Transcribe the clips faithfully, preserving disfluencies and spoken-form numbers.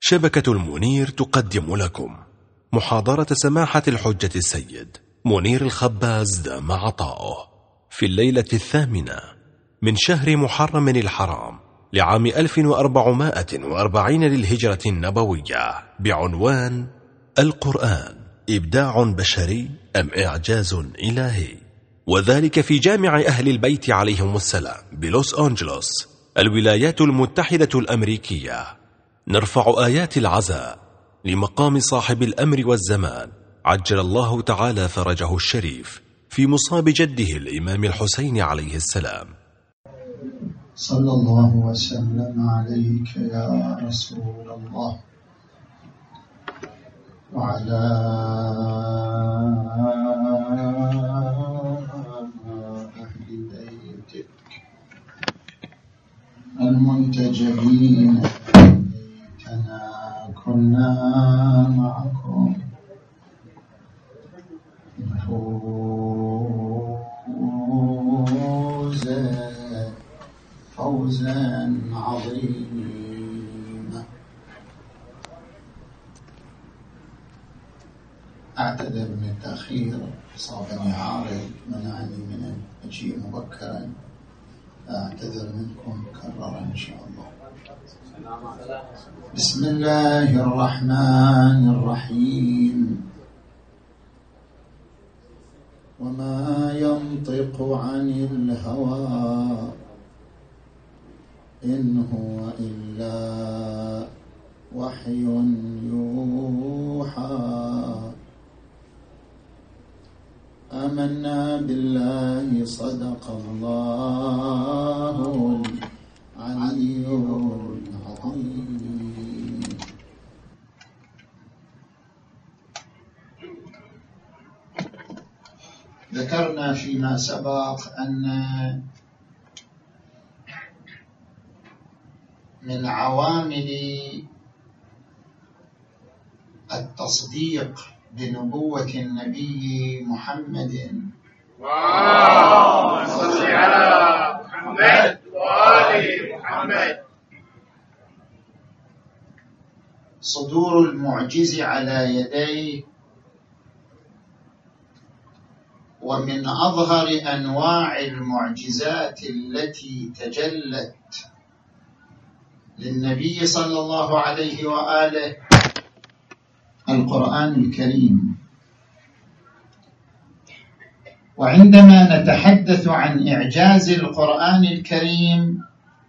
شبكة المنير تقدم لكم محاضرة سماحة الحجة السيد منير الخباز دام عطاؤه في الليلة الثامنة من شهر محرم الحرام لعام ألف وأربعمائة وأربعين للهجرة النبوية بعنوان القرآن إبداع بشري أم إعجاز إلهي، وذلك في جامع أهل البيت عليهم السلام بلوس أنجلوس الولايات المتحدة الأمريكية. نرفع آيات العزاء لمقام صاحب الأمر والزمان عجل الله تعالى فرجه الشريف في مصاب جده الإمام الحسين عليه السلام. صلى الله وسلم عليك يا رسول الله وعلى أهل بيتك المنتجبين بيتنا كنا معكم فوزا فوزا عظيما. أعتذر من التأخير، صابني عارض منعني من المجيء مبكرا، أعتذر منكم مكررا إن شاء الله. بسم الله الرحمن الرحيم. وما ينطق عن الهوى إن هو إلا وحي يوحى. آمنا بالله صدق الله العلي العظيم. ذكرنا فيما سبق أن من عوامل التصديق بنبوة النبي محمد اللهم صل على محمد وآل محمد صدور المعجز على يديه، ومن أظهر أنواع المعجزات التي تجلت للنبي صلى الله عليه وآله القرآن الكريم. وعندما نتحدث عن إعجاز القرآن الكريم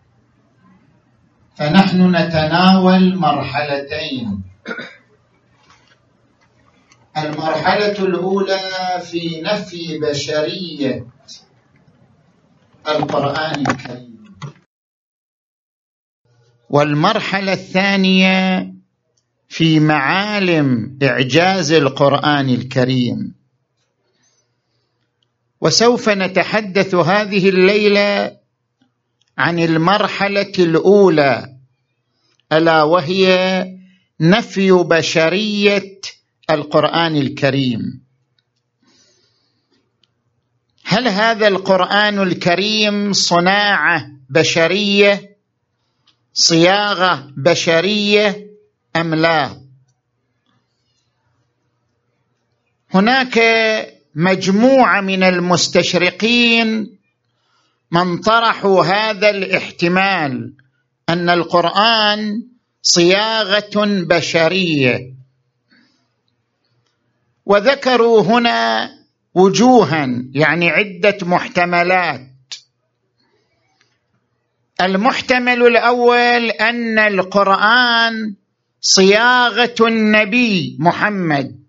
فنحن نتناول مرحلتين. المرحلة الأولى في نفي بشرية القرآن الكريم، والمرحلة الثانية في معالم إعجاز القرآن الكريم. وسوف نتحدث هذه الليلة عن المرحلة الأولى، ألا وهي نفي بشرية القرآن الكريم. هل هذا القرآن الكريم صناعة بشرية، صياغة بشرية أم لا؟ هناك مجموعة من المستشرقين من طرحوا هذا الاحتمال أن القرآن صياغة بشرية، وذكروا هنا وجوها، يعني عدة محتملات. المحتمل الأول أن القرآن صياغة النبي محمد.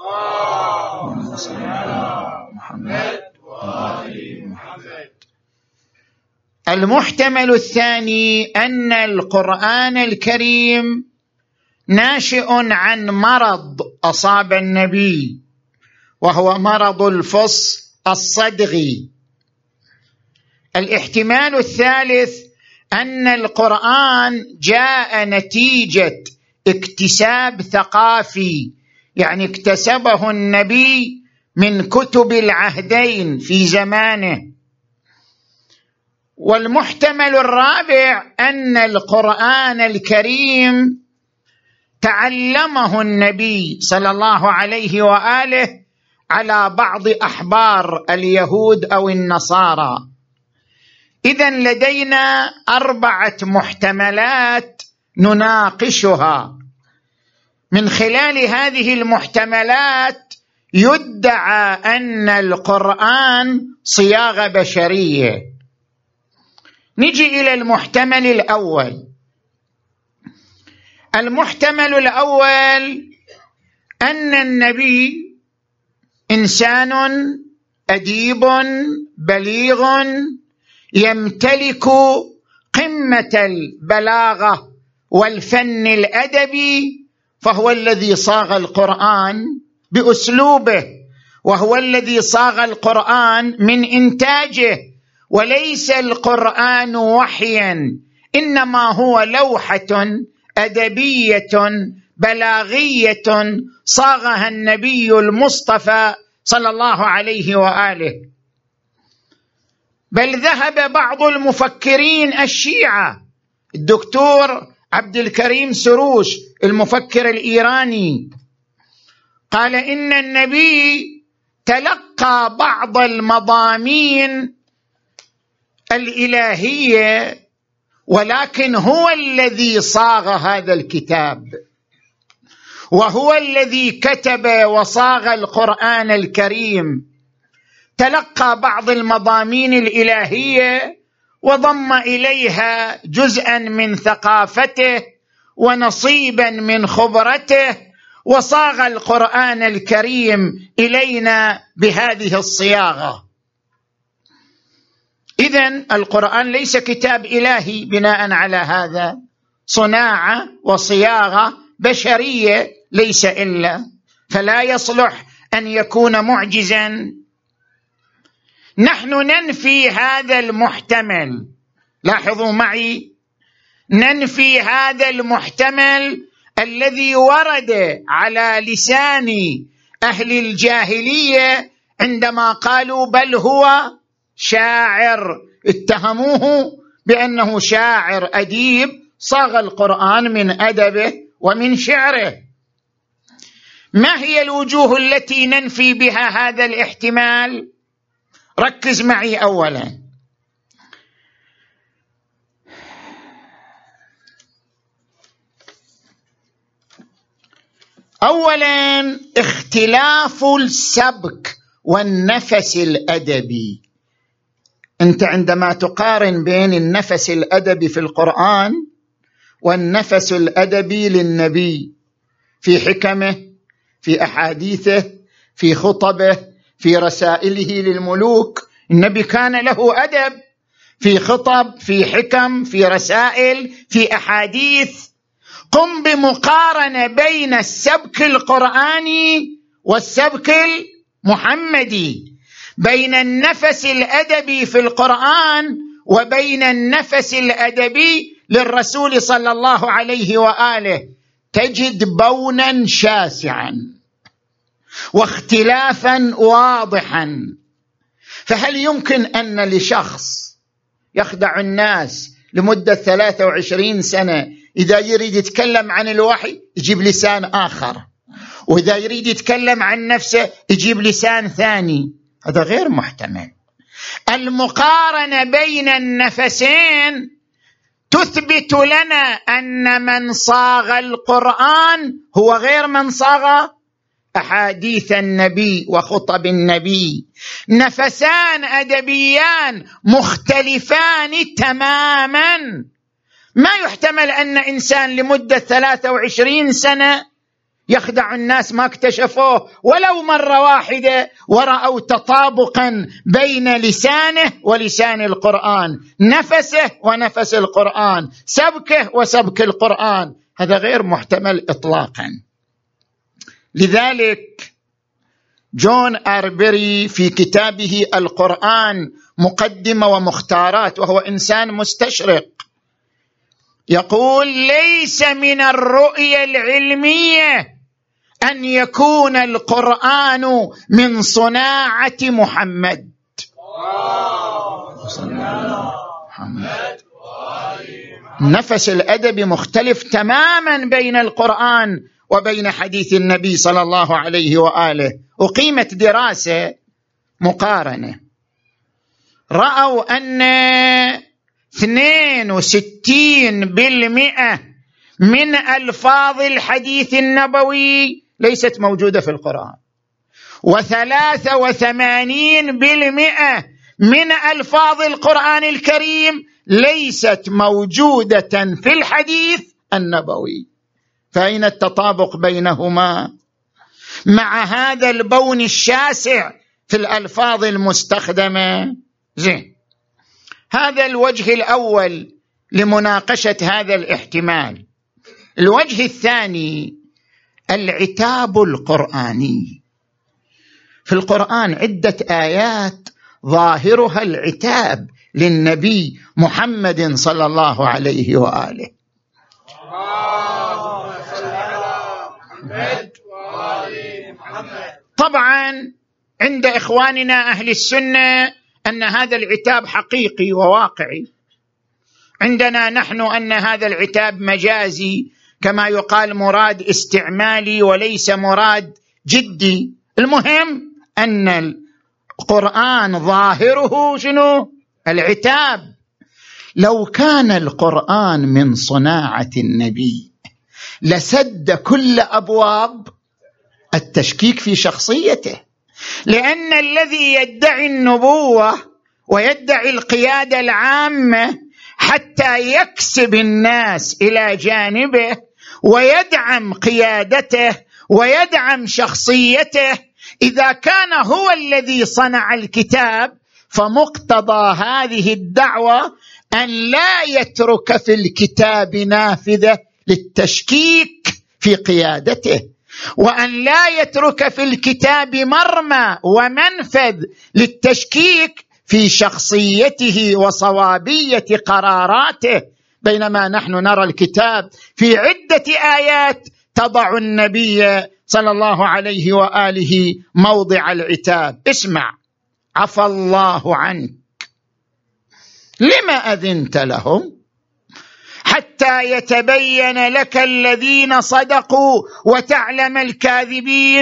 المحتمل الثاني أن القرآن الكريم ناشئ عن مرض أصاب النبي، وهو مرض الفص الصدغي. الاحتمال الثالث أن القرآن جاء نتيجة اكتساب ثقافي، يعني اكتسبه النبي من كتب العهدين في زمانه. والمحتمل الرابع أن القرآن الكريم تعلمه النبي صلى الله عليه وآله على بعض أحبار اليهود أو النصارى. إذن لدينا أربعة محتملات نناقشها. من خلال هذه المحتملات يدعى أن القرآن صياغة بشرية. نجي إلى المحتمل الأول. المحتمل الأول أن النبي إنسان أديب بليغ يمتلك قمة البلاغة والفن الأدبي، فهو الذي صاغ القرآن بأسلوبه، وهو الذي صاغ القرآن من إنتاجه، وليس القرآن وحيا، إنما هو لوحة أدبية بلاغية صاغها النبي المصطفى صلى الله عليه وآله. بل ذهب بعض المفكرين الشيعة، الدكتور عبد الكريم سروش المفكر الإيراني، قال إن النبي تلقى بعض المضامين الإلهية، ولكن هو الذي صاغ هذا الكتاب، وهو الذي كتب وصاغ القرآن الكريم. تلقى بعض المضامين الإلهية وضم إليها جزءا من ثقافته ونصيبا من خبرته، وصاغ القرآن الكريم إلينا بهذه الصياغة. إذن القرآن ليس كتاب إلهي، بناء على هذا صناعة وصياغة بشرية ليس إلا، فلا يصلح أن يكون معجزا. نحن ننفي هذا المحتمل، لاحظوا معي، ننفي هذا المحتمل الذي ورد على لسان أهل الجاهلية عندما قالوا بل هو شاعر، اتهموه بأنه شاعر أديب صاغ القرآن من أدبه ومن شعره. ما هي الوجوه التي ننفي بها هذا الاحتمال؟ ركز معي. أولا، أولا اختلاف السبك والنفس الأدبي. أنت عندما تقارن بين النفس الأدبي في القرآن والنفس الأدبي للنبي في حكمه، في أحاديثه، في خطبه، في رسائله للملوك، النبي كان له أدب في خطب، في حكم، في رسائل، في أحاديث. قم بمقارنة بين السبك القرآني والسبك المحمدي، بين النفس الأدبي في القرآن وبين النفس الأدبي للرسول صلى الله عليه وآله، تجد بونا شاسعا واختلافا واضحا. فهل يمكن أن لشخص يخدع الناس لمدة ثلاثة وعشرين سنة إذا يريد يتكلم عن الوحي يجيب لسان آخر، وإذا يريد يتكلم عن نفسه يجيب لسان ثاني؟ هذا غير محتمل. المقارنة بين النفسين تثبت لنا أن من صاغ القرآن هو غير من صاغ أحاديث النبي وخطب النبي. نفسان أدبيان مختلفان تماما. ما يحتمل أن إنسان لمدة ثلاثة وعشرين سنة يخدع الناس ما اكتشفوه ولو مرة واحدة ورأوا تطابقا بين لسانه ولسان القرآن، نفسه ونفس القرآن، سبكه وسبك القرآن. هذا غير محتمل إطلاقا. لذلك جون آربري في كتابه القرآن مقدمة ومختارات، وهو إنسان مستشرق، يقول ليس من الرؤية العلمية أن يكون القرآن من صناعة محمد. محمد. النفس الأدبي مختلف تماما بين القرآن وبين حديث النبي صلى الله عليه وآله. أقيمت دراسة مقارنة، رأوا أن اثنين وستين بالمئة من ألفاظ الحديث النبوي ليست موجودة في القرآن، وثلاثة وثمانين بالمئة من ألفاظ القرآن الكريم ليست موجودة في الحديث النبوي. فأين التطابق بينهما مع هذا البون الشاسع في الألفاظ المستخدمة؟ زين، هذا الوجه الأول لمناقشة هذا الاحتمال. الوجه الثاني العتاب القرآني. في القرآن عدة آيات ظاهرها العتاب للنبي محمد صلى الله عليه وآله. طبعا عند إخواننا أهل السنة أن هذا العتاب حقيقي وواقعي، عندنا نحن أن هذا العتاب مجازي، كما يقال مراد استعمالي وليس مراد جدي. المهم أن القرآن ظاهره شنو؟ العتاب. لو كان القرآن من صناعة النبي لسد كل أبواب التشكيك في شخصيته، لأن الذي يدعي النبوة ويدعي القيادة العامة حتى يكسب الناس إلى جانبه ويدعم قيادته ويدعم شخصيته، إذا كان هو الذي صنع الكتاب فمقتضى هذه الدعوة أن لا يترك في الكتاب نافذة للتشكيك في قيادته، وأن لا يترك في الكتاب مرمى ومنفذ للتشكيك في شخصيته وصوابية قراراته. بينما نحن نرى الكتاب في عدة آيات تضع النبي صلى الله عليه وآله موضع العتاب. اسمع: عفى الله عنك لما أذنت لهم حتى يتبين لك الذين صدقوا وتعلم الكاذبين.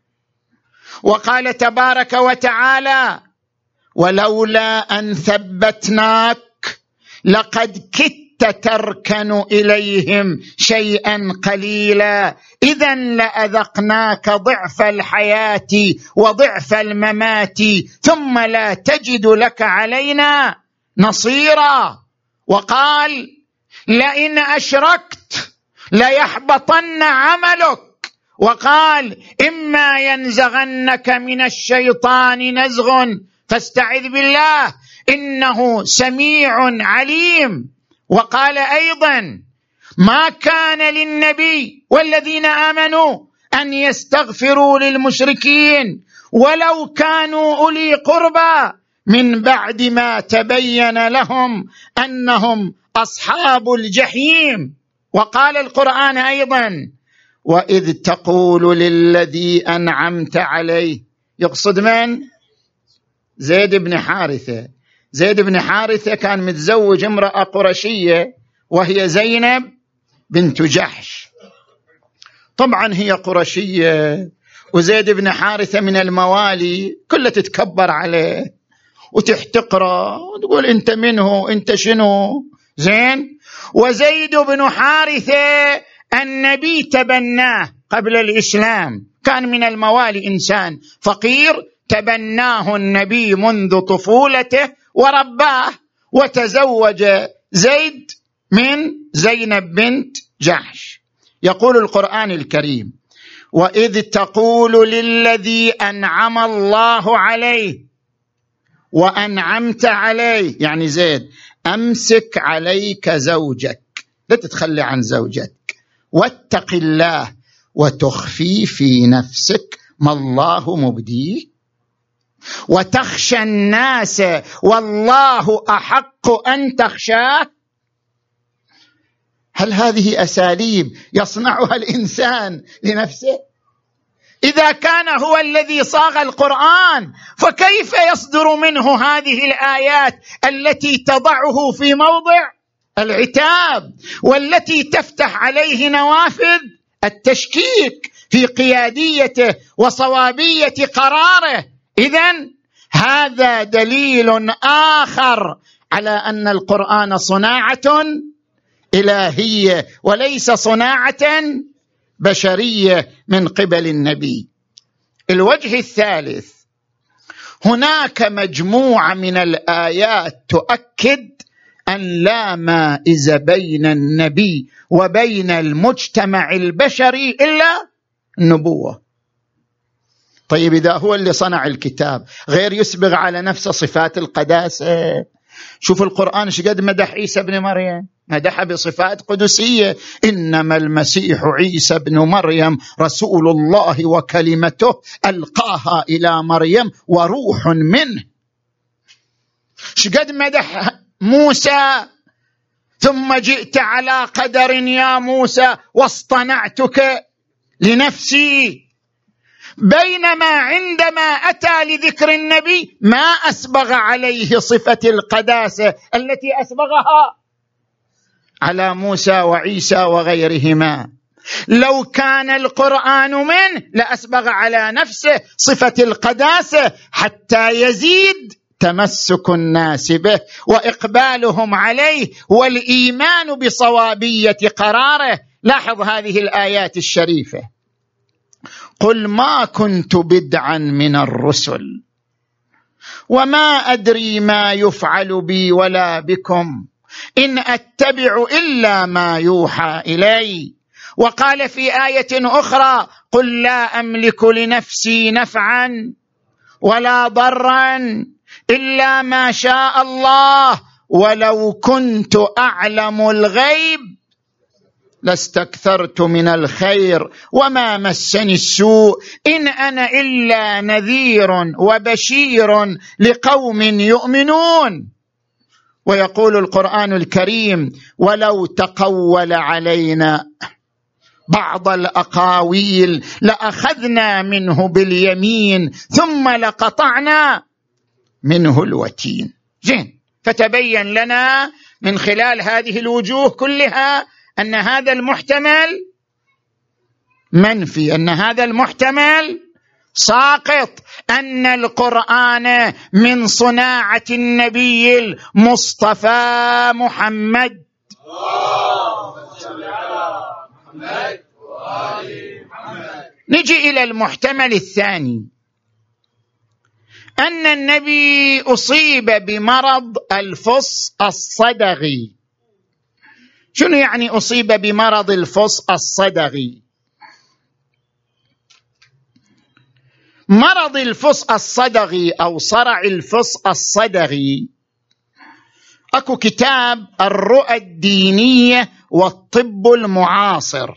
وقال تبارك وتعالى: ولولا أن ثبتناك لقد كدت تركن إليهم شيئا قليلا إذا لأذقناك ضعف الحياة وضعف الممات ثم لا تجد لك علينا نصيرا. وقال: لئن أشركت ليحبطن عملك. وقال: إما ينزغنك من الشيطان نزغ فاستعذ بالله إنه سميع عليم. وقال أيضا: ما كان للنبي والذين آمنوا أن يستغفروا للمشركين ولو كانوا أولي قربى من بعد ما تبين لهم أنهم أصحاب الجحيم. وقال القرآن أيضا: وإذ تقول للذي أنعمت عليه. يقصد من؟ زيد بن حارثة. زيد بن حارثة كان متزوج امرأة قرشية وهي زينب بنت جحش. طبعا هي قرشية وزيد بن حارثة من الموالي، كلها تتكبر عليه وتحتقره وتقول أنت منه أنت شنو. زين، وزيد بن حارثة النبي تبناه قبل الإسلام، كان من الموالي إنسان فقير تبناه النبي منذ طفولته ورباه، وتزوج زيد من زينب بنت جحش. يقول القرآن الكريم: وإذ تقول للذي أنعم الله عليه وأنعمت عليه، يعني زيد، أمسك عليك زوجك، لا تتخلي عن زوجك، واتق الله وتخفي في نفسك ما الله مبديه وتخشى الناس والله أحق أن تخشاه. هل هذه أساليب يصنعها الإنسان لنفسه؟ إذا كان هو الذي صاغ القرآن فكيف يصدر منه هذه الآيات التي تضعه في موضع العتاب، والتي تفتح عليه نوافذ التشكيك في قياديته وصوابية قراره. إذن هذا دليل آخر على أن القرآن صناعة إلهية وليس صناعة بشرية من قبل النبي. الوجه الثالث، هناك مجموعة من الآيات تؤكد أن لا مائز بين النبي وبين المجتمع البشري إلا النبوة. طيب إذا هو اللي صنع الكتاب غير يسبغ على نفسه صفات القداسة؟ شوف القرآن شقد مدح عيسى بن مريم، مدح بصفات قدسية: إنما المسيح عيسى بن مريم رسول الله وكلمته ألقاها إلى مريم وروح منه. شقد مدح موسى: ثم جئت على قدر يا موسى واصطنعتك لنفسي. بينما عندما أتى لذكر النبي ما أسبغ عليه صفة القداسة التي أسبغها على موسى وعيسى وغيرهما. لو كان القرآن منه لأسبغ على نفسه صفة القداسة حتى يزيد تمسك الناس به وإقبالهم عليه والإيمان بصوابية قراره. لاحظ هذه الآيات الشريفة: قل ما كنت بدعا من الرسل وما أدري ما يفعل بي ولا بكم إن أتبع إلا ما يوحى إلي. وقال في آية أخرى: قل لا أملك لنفسي نفعا ولا ضرا إلا ما شاء الله ولو كنت أعلم الغيب لاستكثرت من الخير وما مسني السوء إن أنا إلا نذير وبشير لقوم يؤمنون. ويقول القرآن الكريم: ولو تقول علينا بعض الأقاويل لأخذنا منه باليمين ثم لقطعنا منه الوتين. زين، فتبين لنا من خلال هذه الوجوه كلها أن هذا المحتمل منفي، أن هذا المحتمل ساقط، أن القرآن من صناعة النبي المصطفى محمد. نجي إلى المحتمل الثاني، أن النبي أصيب بمرض الفص الصدغي. شنو يعني أصيب بمرض الفص الصدغي؟ مرض الفص الصدغي أو صرع الفص الصدغي، أكو كتاب الرؤى الدينية والطب المعاصر،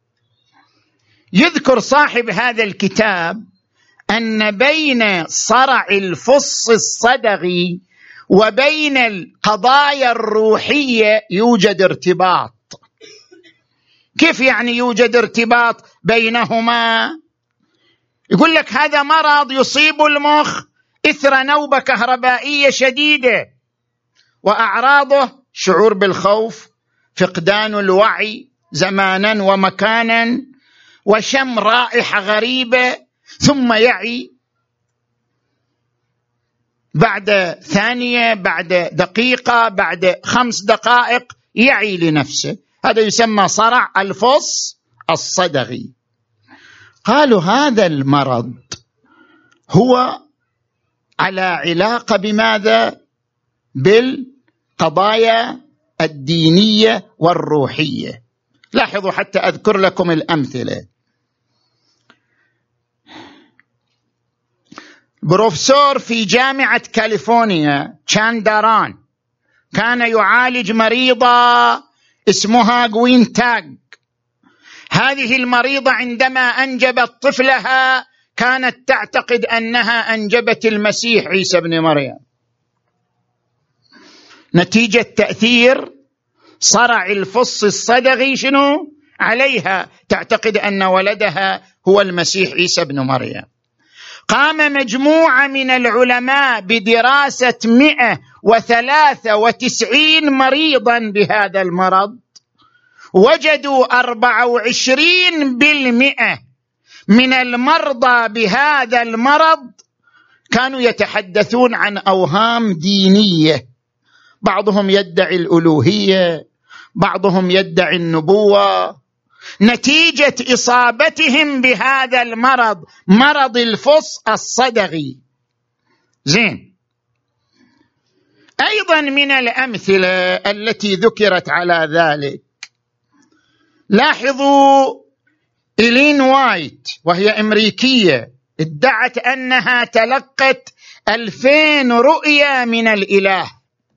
يذكر صاحب هذا الكتاب أن بين صرع الفص الصدغي وبين القضايا الروحية يوجد ارتباط. كيف يعني يوجد ارتباط بينهما؟ يقول لك هذا مرض يصيب المخ إثر نوبة كهربائية شديدة، وأعراضه شعور بالخوف، فقدان الوعي زمانا ومكانا، وشم رائحة غريبة، ثم يعي بعد ثانية، بعد دقيقة، بعد خمس دقائق يعي لنفسه. هذا يسمى صرع الفص الصدغي. قالوا هذا المرض هو على علاقة بماذا؟ بالقضايا الدينية والروحية. لاحظوا حتى أذكر لكم الأمثلة. بروفيسور في جامعة كاليفورنيا تشانداران كان يعالج مريضة اسمها غوين تاغ. هذه المريضة عندما أنجبت طفلها كانت تعتقد أنها أنجبت المسيح عيسى بن مريم، نتيجة تأثير صرع الفص الصدغي شنو عليها، تعتقد أن ولدها هو المسيح عيسى بن مريم. قام مجموعة من العلماء بدراسة مئة وثلاثة وتسعين مريضا بهذا المرض، وجدوا أربعة وعشرين بالمئة من المرضى بهذا المرض كانوا يتحدثون عن أوهام دينية، بعضهم يدعي الألوهية، بعضهم يدعي النبوة، نتيجة إصابتهم بهذا المرض، مرض الفص الصدغي. زين، أيضا من الأمثلة التي ذكرت على ذلك، لاحظوا إلين وايت وهي أمريكية ادعت أنها تلقت ألفين رؤيا من الإله،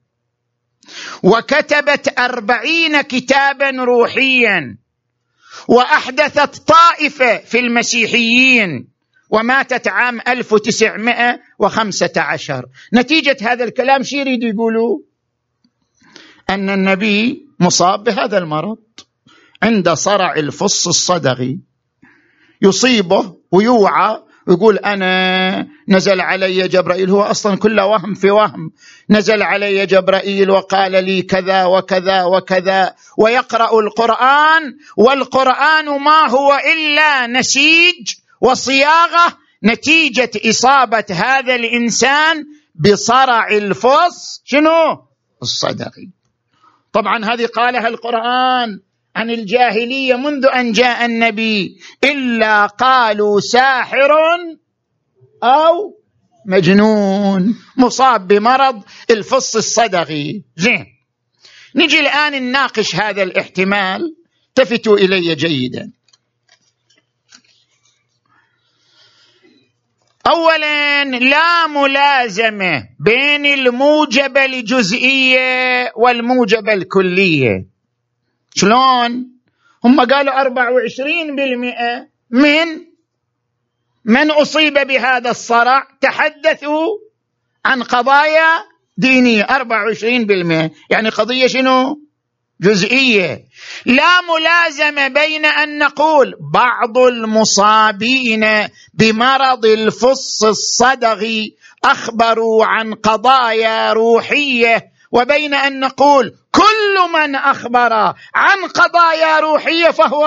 وكتبت أربعين كتابا روحيا، وأحدثت طائفة في المسيحيين، وماتت عام ألف وتسعمائة وخمسة عشر. نتيجة هذا الكلام شو يريد يقولوا؟ أن النبي مصاب بهذا المرض عند صرع الفص الصدغي، يصيبه ويوعى ويقول أنا نزل علي جبرائيل، هو أصلا كله وهم في وهم، نزل علي جبرائيل وقال لي كذا وكذا وكذا، ويقرأ القرآن، والقرآن ما هو إلا نسيج وصياغة نتيجة إصابة هذا الإنسان بصرع الفص شنو؟ الصدغي. طبعا هذه قالها القرآن عن الجاهلية منذ أن جاء النبي، إلا قالوا ساحر أو مجنون، مصاب بمرض الفص الصدغي. زين، نجي الآن نناقش هذا الاحتمال، التفتوا إلي جيدا. أولا، لا ملازمة بين الموجبة الجزئية والموجبة الكلية. شلون؟ هم قالوا أربعة وعشرين بالمئة من من أصيب بهذا الصرع تحدثوا عن قضايا دينية، أربعة وعشرين بالمئة يعني قضية شنو؟ جزئية. لا ملازمة بين أن نقول بعض المصابين بمرض الفص الصدغي أخبروا عن قضايا روحية، وبين أن نقول كل من أخبر عن قضايا روحية فهو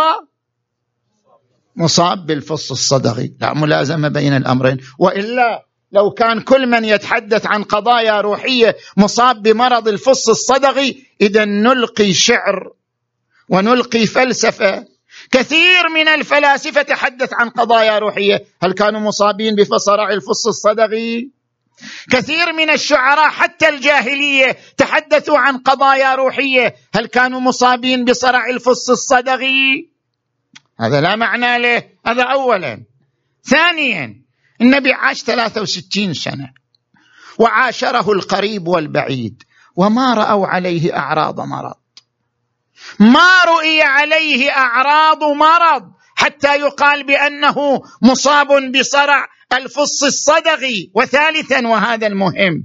مصاب بالفص الصدغي. لا ملازمة بين الأمرين، وإلا لو كان كل من يتحدث عن قضايا روحية مصاب بمرض الفص الصدغي، إذا نلقي شعر ونلقي فلسفة. كثير من الفلاسفة تحدث عن قضايا روحية، هل كانوا مصابين بصرع الفص الصدغي؟ كثير من الشعراء حتى الجاهلية تحدثوا عن قضايا روحية، هل كانوا مصابين بصرع الفص الصدغي؟ هذا لا معنى له، هذا أولا. ثانيا، النبي عاش ثلاثة وستين سنة وعاشره القريب والبعيد، وما رأوا عليه أعراض مرض، ما رؤي عليه أعراض مرض حتى يقال بأنه مصاب بصرع الفص الصدغي. وثالثا، وهذا المهم،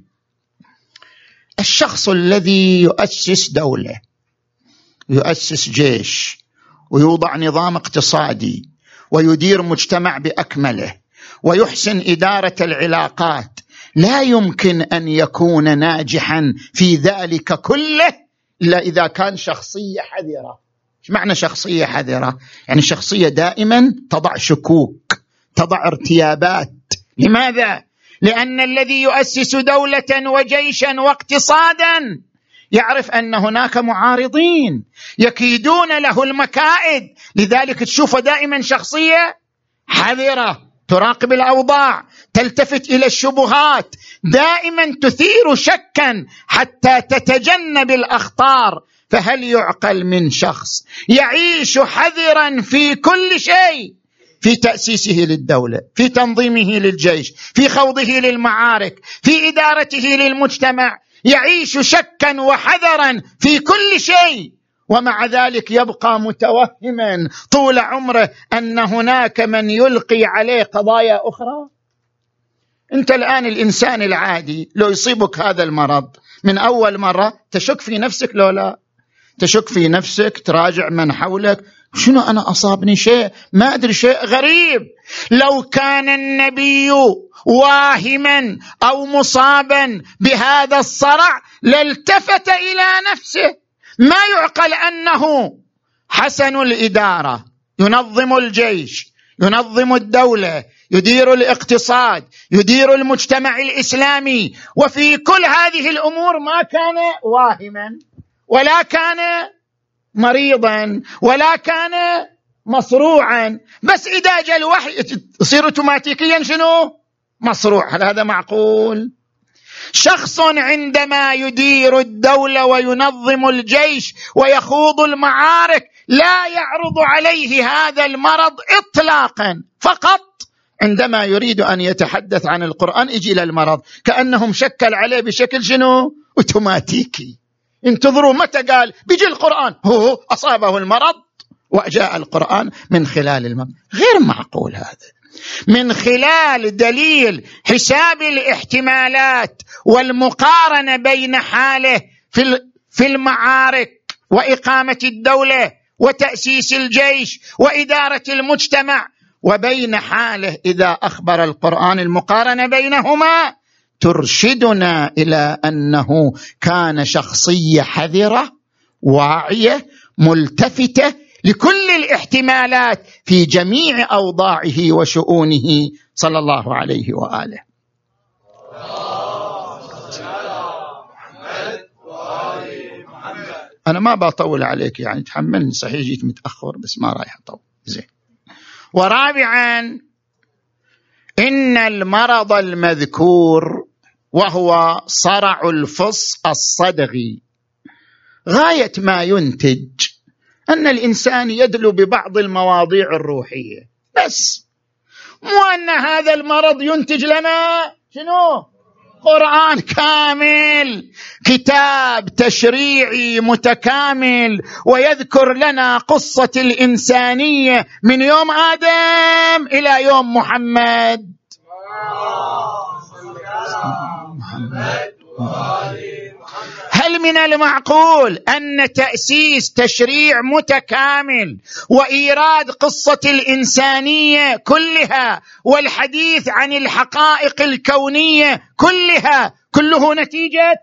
الشخص الذي يؤسس دولة، يؤسس جيش، ويوضع نظام اقتصادي، ويدير مجتمع بأكمله، ويحسن إدارة العلاقات، لا يمكن أن يكون ناجحا في ذلك كله إلا إذا كان شخصية حذرة. إيش معنى شخصية حذرة؟ يعني شخصية دائما تضع شكوك، تضع ارتيابات. لماذا؟ لأن الذي يؤسس دولة وجيشا واقتصادا يعرف أن هناك معارضين يكيدون له المكائد، لذلك تشوفه دائما شخصية حذرة، تراقب الأوضاع، تلتفت إلى الشبهات، دائما تثير شكا حتى تتجنب الأخطار. فهل يعقل من شخص يعيش حذرا في كل شيء، في تأسيسه للدولة، في تنظيمه للجيش، في خوضه للمعارك، في إدارته للمجتمع، يعيش شكا وحذرا في كل شيء، ومع ذلك يبقى متوهما طول عمره أن هناك من يلقي عليه قضايا أخرى؟ أنت الآن الإنسان العادي لو يصيبك هذا المرض من أول مرة تشك في نفسك، لو لا تشك في نفسك، تراجع من حولك، شنو أنا أصابني شيء ما أدري، شيء غريب. لو كان النبي واهما أو مصابا بهذا الصرع لالتفت إلى نفسه. ما يعقل أنه حسن الإدارة، ينظم الجيش، ينظم الدولة، يدير الاقتصاد، يدير المجتمع الإسلامي، وفي كل هذه الأمور ما كان واهما ولا كان مريضا ولا كان مصروعا، بس إذا جاء الوحي يصير اوتوماتيكيا شنو؟ مصروع. هل هذا معقول؟ شخص عندما يدير الدولة وينظم الجيش ويخوض المعارك لا يعرض عليه هذا المرض إطلاقا، فقط عندما يريد أن يتحدث عن القرآن يجي للمرض كأنهم شكل عليه بشكل شنو؟ اوتوماتيكي. انتظروا متى قال بيجي القرآن، هو أصابه المرض وجاء القرآن من خلال المرض. غير معقول هذا. من خلال دليل حساب الاحتمالات والمقارنة بين حاله في المعارك وإقامة الدولة وتأسيس الجيش وإدارة المجتمع وبين حاله إذا أخبر القرآن، المقارنة بينهما ترشدنا إلى أنه كان شخصية حذرة واعية ملتفتة لكل الاحتمالات في جميع أوضاعه وشؤونه صلى الله عليه وآله. أنا ما بطول عليك يعني تحملني، صحيح جيت متأخر بس ما رايح أطول. زين. ورابعا إن المرض المذكور وهو صرع الفص الصدغي غاية ما ينتج أن الإنسان يدلو ببعض المواضيع الروحية، بس مو أن هذا المرض ينتج لنا شنو؟ قرآن كامل، كتاب تشريعي متكامل، ويذكر لنا قصة الإنسانية من يوم آدم إلى يوم محمد. هل من المعقول أن تأسيس تشريع متكامل وإيراد قصة الإنسانية كلها والحديث عن الحقائق الكونية كلها كله نتيجة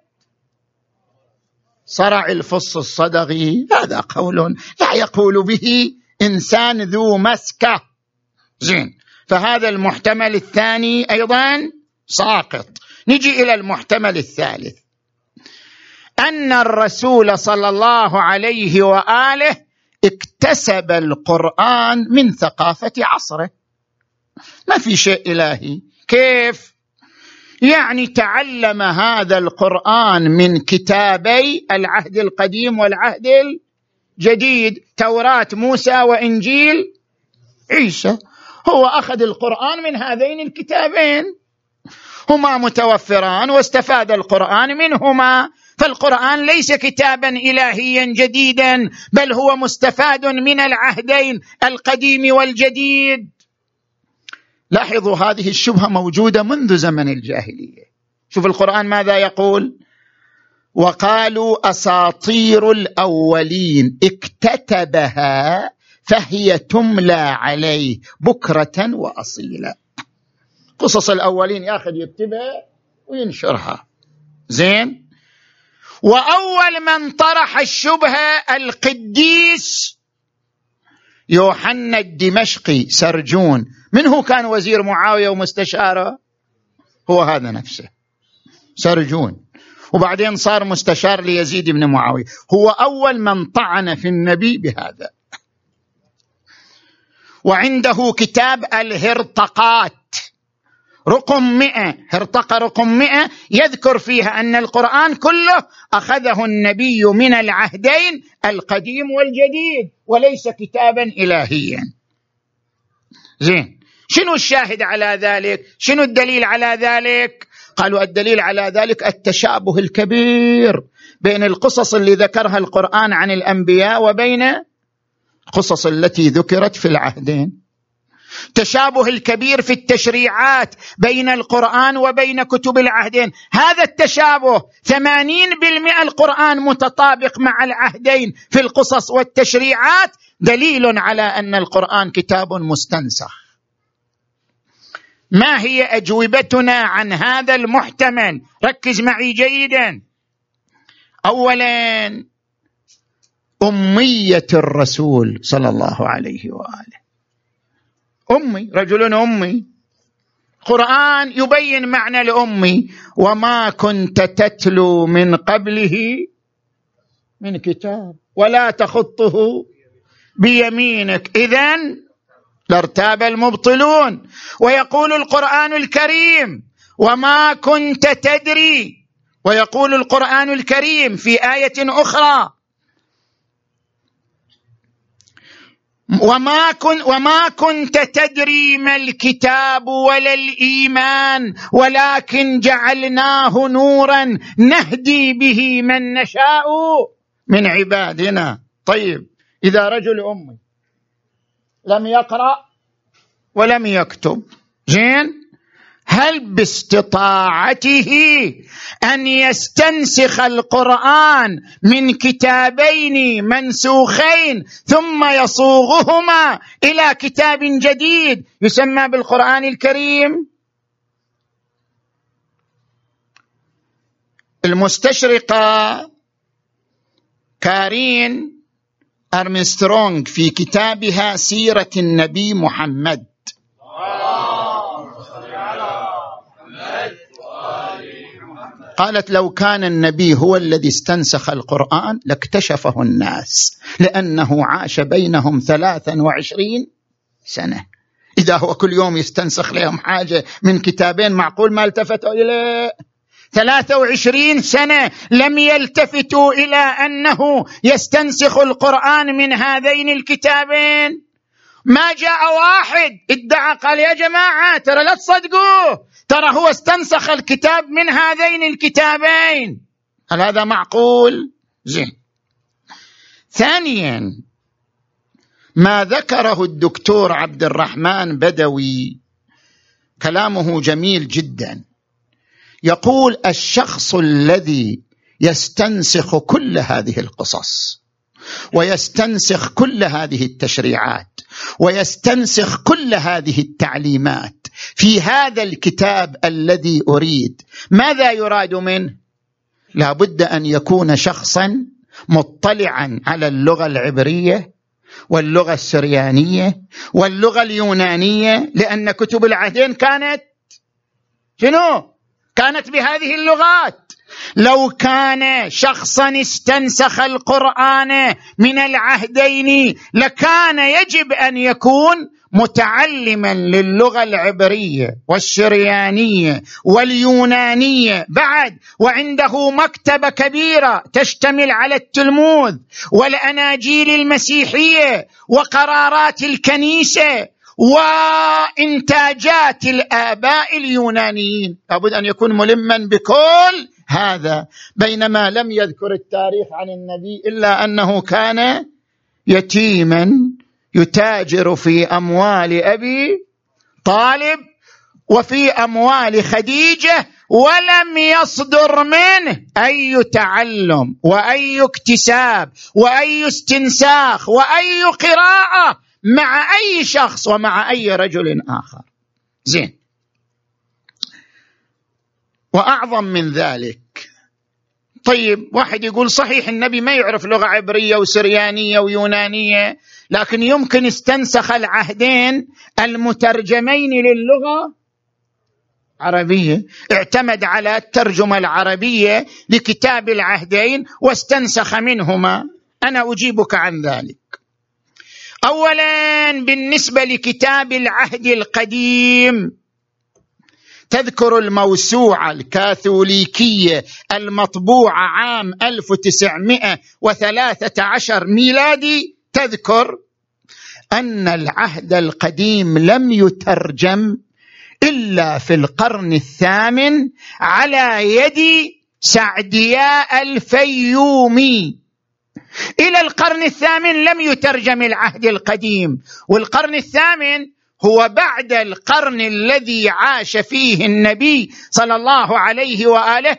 صرع الفص الصدغي؟ هذا قول لا يقول به إنسان ذو مسكة. زين، فهذا المحتمل الثاني أيضا ساقط. نجي إلى المحتمل الثالث، أن الرسول صلى الله عليه وآله اكتسب القرآن من ثقافة عصره. ما في شيء إلهي. كيف؟ يعني تعلم هذا القرآن من كتابي العهد القديم والعهد الجديد، توراة موسى وإنجيل عيسى. هو أخذ القرآن من هذين الكتابين، هما متوفران واستفاد القرآن منهما. فالقرآن ليس كتابا إلهيا جديدا، بل هو مستفاد من العهدين القديم والجديد. لاحظوا هذه الشبهة موجودة منذ زمن الجاهلية. شوف القرآن ماذا يقول: وقالوا أساطير الأولين اكتتبها فهي تملى عليه بكرة وأصيلا. قصص الأولين ياخذ يكتبها وينشرها. زين. وأول من طرح الشبهة القديس يوحنا الدمشقي سرجون. من هو كان وزير معاوية ومستشاره؟ هو هذا نفسه سرجون، وبعدين صار مستشار ليزيد بن معاوية. هو أول من طعن في النبي بهذا. وعنده كتاب الهرطقات رقم مئة، هرطقة رقم مئة، يذكر فيها أن القرآن كله أخذه النبي من العهدين القديم والجديد وليس كتابا إلهيا. زين، شنو الشاهد على ذلك؟ شنو الدليل على ذلك؟ قالوا الدليل على ذلك التشابه الكبير بين القصص اللي ذكرها القرآن عن الأنبياء وبين القصص التي ذكرت في العهدين. تشابه الكبير في التشريعات بين القرآن وبين كتب العهدين. هذا التشابه ثمانين بالمئة القرآن متطابق مع العهدين في القصص والتشريعات، دليل على أن القرآن كتاب مستنسخ. ما هي أجوبتنا عن هذا المحتمل؟ ركز معي جيدا. أولا، أمية الرسول صلى الله عليه وآله. أمي، رجل أمي. القرآن يبين معنى الأمي: وما كنت تتلو من قبله من كتاب ولا تخطه بيمينك إذن لارتاب المبطلون. ويقول القرآن الكريم: وما كنت تدري. ويقول القرآن الكريم في آية أخرى: وما, كن وما كنت تدري ما الكتاب ولا الإيمان ولكن جعلناه نورا نهدي به من نشاء من عبادنا. طيب، إذا رجل أمي لم يقرأ ولم يكتب، زين، هل باستطاعته أن يستنسخ القرآن من كتابين منسوخين ثم يصوغهما إلى كتاب جديد يسمى بالقرآن الكريم؟ المستشرقة كارين أرمسترونغ في كتابها سيرة النبي محمد قالت: لو كان النبي هو الذي استنسخ القرآن لاكتشفه الناس، لأنه عاش بينهم ثلاثا وعشرين سنة. إذا هو كل يوم يستنسخ لهم حاجة من كتابين، معقول ما التفتوا إليه؟ ثلاثة وعشرين سنة لم يلتفتوا إلى أنه يستنسخ القرآن من هذين الكتابين. ما جاء واحد ادعى قال: يا جماعة ترى لا تصدقوه، ترى هو استنسخ الكتاب من هذين الكتابين. هل هذا معقول؟ زين. ثانيا، ما ذكره الدكتور عبد الرحمن بدوي كلامه جميل جدا. يقول: الشخص الذي يستنسخ كل هذه القصص ويستنسخ كل هذه التشريعات ويستنسخ كل هذه التعليمات في هذا الكتاب الذي أريد، ماذا يراد منه؟ لا بد أن يكون شخصا مطلعا على اللغة العبرية واللغة السريانية واللغة اليونانية، لأن كتب العهدين كانت شنو؟ كانت بهذه اللغات. لو كان شخصا استنسخ القرآن من العهدين لكان يجب أن يكون متعلما للغة العبرية والسريانية واليونانية بعد، وعنده مكتبة كبيرة تشتمل على التلموذ والأناجيل المسيحية وقرارات الكنيسة وإنتاجات الآباء اليونانيين. لابد أن يكون ملما بكل هذا، بينما لم يذكر التاريخ عن النبي إلا أنه كان يتيما يتاجر في أموال أبي طالب وفي أموال خديجة، ولم يصدر منه أي تعلم وأي اكتساب وأي استنساخ وأي قراءة مع أي شخص ومع أي رجل آخر. زين. وأعظم من ذلك، طيب واحد يقول صحيح النبي ما يعرف لغة عبرية وسريانية ويونانية، لكن يمكن استنسخ العهدين المترجمين للغة عربية، اعتمد على الترجمة العربية لكتاب العهدين واستنسخ منهما. أنا أجيبك عن ذلك. أولا، بالنسبة لكتاب العهد القديم، تذكر الموسوعة الكاثوليكية المطبوعة عام ألف وتسعمائة وثلاثة عشر ميلادي، تذكر أن العهد القديم لم يترجم إلا في القرن الثامن على يد سعدياء الفيومي. إلى القرن الثامن لم يترجم العهد القديم، والقرن الثامن هو بعد القرن الذي عاش فيه النبي صلى الله عليه وآله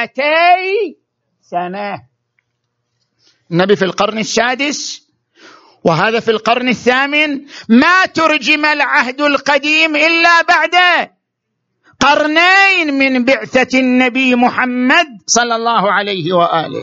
بمئتي سنة. النبي في القرن السادس وهذا في القرن الثامن. ما ترجم العهد القديم إلا بعد قرنين من بعثة النبي محمد صلى الله عليه وآله.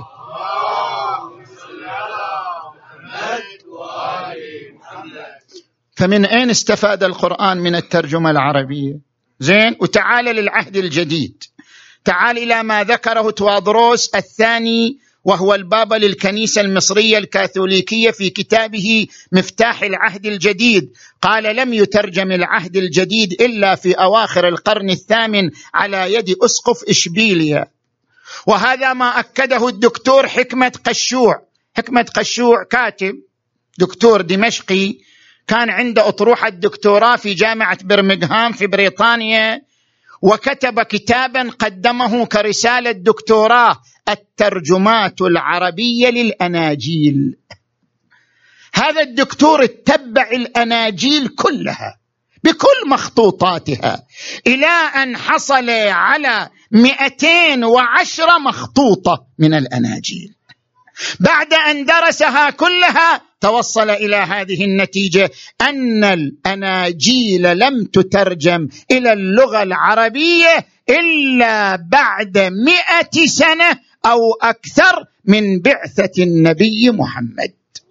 فمن أين استفاد القرآن من الترجمة العربية؟ زين، وتعال للعهد الجديد، تعال إلى ما ذكره توادروس الثاني وهو البابا للكنيسة المصرية الكاثوليكية في كتابه مفتاح العهد الجديد. قال: لم يترجم العهد الجديد إلا في أواخر القرن الثامن على يد أسقف إشبيلية. وهذا ما أكده الدكتور حكمة قشوع. حكمة قشوع كاتب دكتور دمشقي، كان عنده أطروحة الدكتوراه في جامعة برمنغهام في بريطانيا، وكتب كتابا قدمه كرسالة دكتوراه: الترجمات العربية للأناجيل. هذا الدكتور اتبع الأناجيل كلها بكل مخطوطاتها إلى أن حصل على مئتين وعشرة مخطوطة من الأناجيل. بعد أن درسها كلها توصل إلى هذه النتيجة: أن الأناجيل لم تترجم إلى اللغة العربية إلا بعد مئة سنة أو أكثر من بعثة النبي محمد.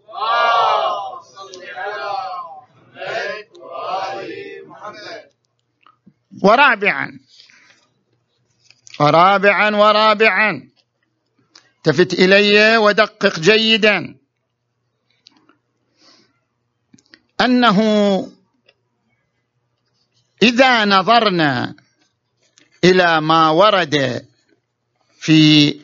ورابعا ورابعا ورابعا التفت إلي ودقق جيدا، أنه إذا نظرنا إلى ما ورد في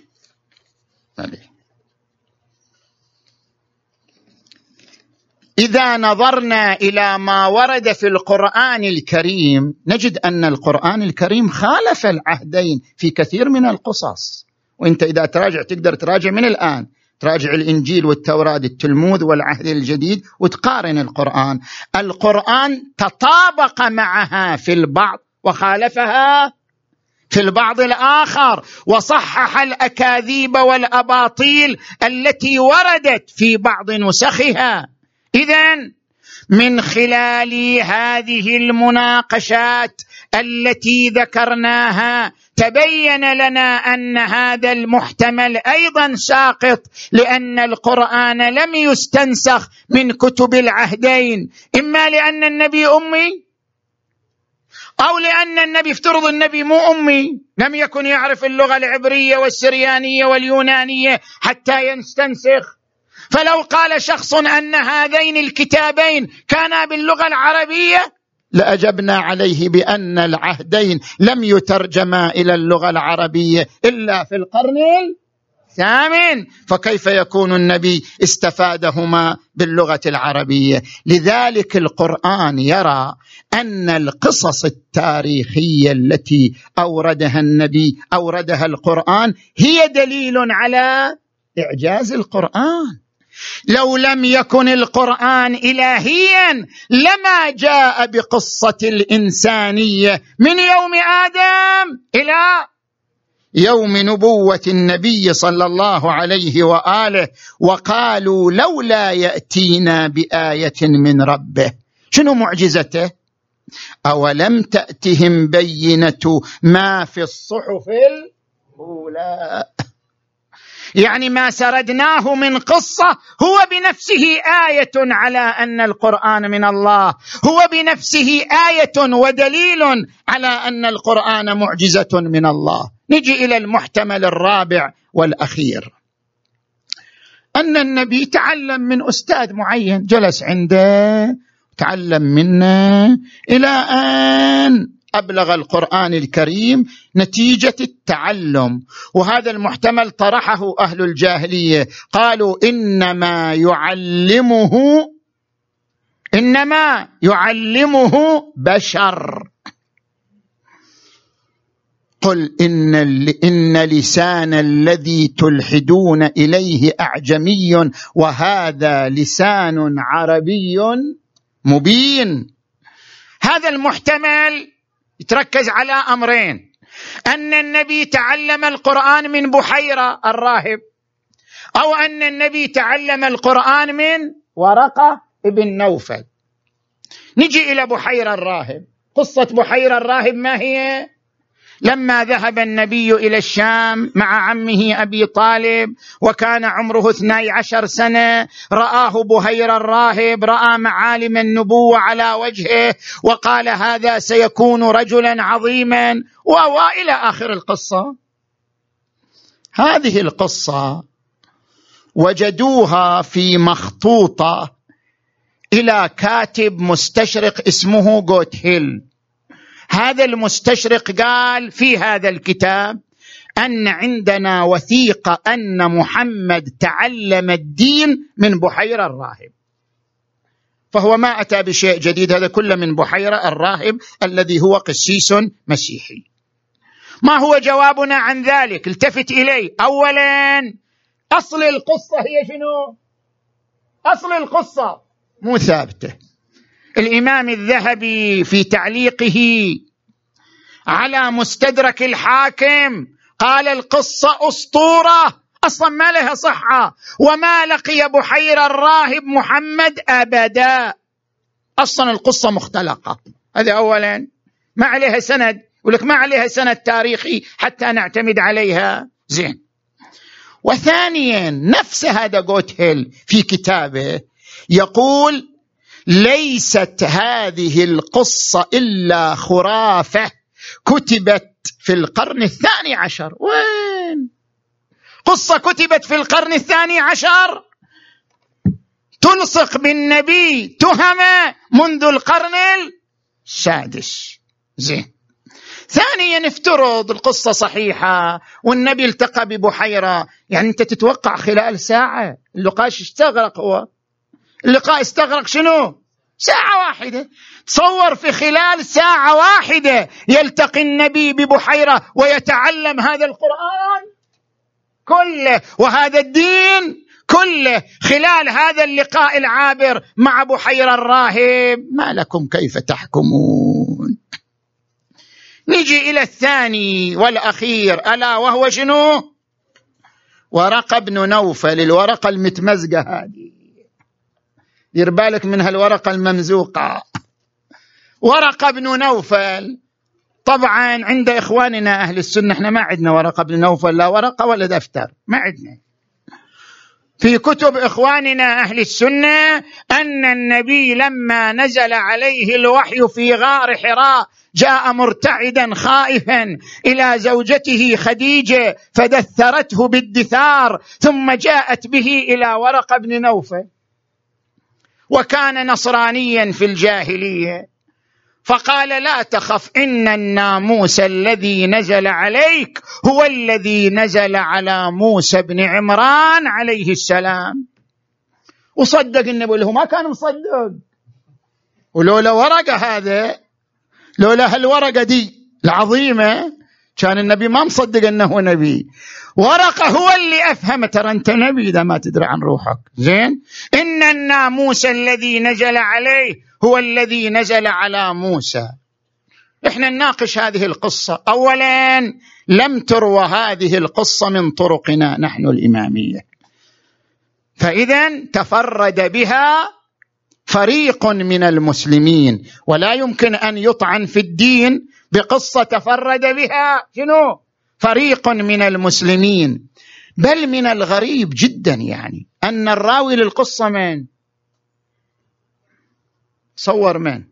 إذا نظرنا إلى ما ورد في القرآن الكريم نجد أن القرآن الكريم خالف العهدين في كثير من القصص. وإنت إذا تراجع تقدر تراجع من الآن، تراجع الإنجيل والتوراة التلمود والعهد الجديد وتقارن القرآن. القرآن تطابق معها في البعض وخالفها في البعض الآخر، وصحح الأكاذيب والأباطيل التي وردت في بعض نسخها. إذن من خلال هذه المناقشات التي ذكرناها تبين لنا أن هذا المحتمل أيضا ساقط، لأن القرآن لم يستنسخ من كتب العهدين، إما لأن النبي أمي أو لأن النبي افترض النبي مو أمي، لم يكن يعرف اللغة العبرية والسريانية واليونانية حتى يستنسخ. فلو قال شخص أن هذين الكتابين كانا باللغة العربية لأجبنا عليه بأن العهدين لم يترجما إلى اللغة العربية إلا في القرن الثامن، فكيف يكون النبي استفادهما باللغة العربية؟ لذلك القرآن يرى أن القصص التاريخية التي أوردها النبي أوردها القرآن هي دليل على إعجاز القرآن. لو لم يكن القرآن إلهيا لما جاء بقصة الإنسانية من يوم آدم إلى يوم نبوة النبي صلى الله عليه وآله. وقالوا لولا يأتينا بآية من ربه. شنو معجزته؟ أولم تأتهم بينة ما في الصحف الأولى. يعني ما سردناه من قصة هو بنفسه آية على أن القرآن من الله، هو بنفسه آية ودليل على أن القرآن معجزة من الله. نجي إلى المحتمل الرابع والأخير، أن النبي تعلم من أستاذ معين، جلس عنده تعلم منه إلى أن أبلغ القرآن الكريم نتيجة التعلم. وهذا المحتمل طرحه أهل الجاهلية، قالوا إنما يعلمه إنما يعلمه بشر. قل إن, إن لسان الذي تلحدون إليه أعجمي وهذا لسان عربي مبين. هذا المحتمل يتركز على أمرين: أن النبي تعلم القرآن من بحيرة الراهب، أو أن النبي تعلم القرآن من ورقة ابن نوفل. نجي إلى بحيرة الراهب. قصة بحيرة الراهب ما هي؟ لما ذهب النبي إلى الشام مع عمه أبي طالب وكان عمره اثني عشر سنة، رآه بحيرة الراهب، رأى معالم النبوة على وجهه وقال هذا سيكون رجلا عظيما، وإلى آخر القصة. هذه القصة وجدوها في مخطوطة إلى كاتب مستشرق اسمه غوتهيل. هذا المستشرق قال في هذا الكتاب أن عندنا وثيقة أن محمد تعلم الدين من بحيرة الراهب، فهو ما أتى بشيء جديد، هذا كله من بحيرة الراهب الذي هو قسيس مسيحي. ما هو جوابنا عن ذلك؟ التفت إليه. أولا، أصل القصة هي شنو؟ أصل القصة مو ثابتة. الإمام الذهبي في تعليقه على مستدرك الحاكم قال القصة أسطورة، أصلا ما لها صحة، وما لقي بحيرة الراهب محمد أبدا، أصلا القصة مختلقة. هذا أولا، ما عليها سند، ولك ما عليها سند تاريخي حتى نعتمد عليها. زين. وثانيا، نفس هذا غوتهيل في كتابه يقول ليست هذه القصة إلا خرافة كتبت في القرن الثاني عشر. وين قصة كتبت في القرن الثاني عشر تلصق بالنبي تهمة منذ القرن السادس؟ زين. ثانيا، نفترض القصة صحيحة والنبي التقى ببحيرة، يعني أنت تتوقع خلال ساعة اللقاء استغرق؟ هو اللقاء استغرق شنو؟ ساعة واحدة. تصور في خلال ساعة واحدة يلتقي النبي ببحيرة ويتعلم هذا القرآن كله وهذا الدين كله خلال هذا اللقاء العابر مع بحيرة الراهب. ما لكم كيف تحكمون؟ نجي إلى الثاني والأخير، ألا وهو شنو؟ ورقة بن نوفل. الورقة المتمزقة هذه، دير بالك من هالورقة الممزوقة. ورقة بن نوفل طبعا عند إخواننا أهل السنة، احنا ما عندنا ورقة بن نوفل، لا ورقة ولا دفتر، ما عندنا. في كتب إخواننا أهل السنة أن النبي لما نزل عليه الوحي في غار حراء جاء مرتعدا خائفا إلى زوجته خديجة فدثرته بالدثار، ثم جاءت به إلى ورقة بن نوفل، وكان نصرانيا في الجاهلية، فقال لا تخف إن الناموس الذي نزل عليك هو الذي نزل على موسى بن عمران عليه السلام. وصدق النبي، له ما كان مصدق، ولولا ورقة هذا، لولا هالورقة دي العظيمة كان النبي ما مصدق أنه نبي. ورقة هو اللي أفهم ترى أنت نبي إذا ما تدري عن روحك. زين. إن الناموس الذي نزل عليه هو الذي نزل على موسى. إحنا نناقش هذه القصة. أولا، لم تروى هذه القصة من طرقنا نحن الإمامية، فإذا تفرد بها فريق من المسلمين، ولا يمكن أن يطعن في الدين بقصة تفرد بها شنو؟ فريق من المسلمين. بل من الغريب جدا يعني أن الراوي للقصة من؟ صور من؟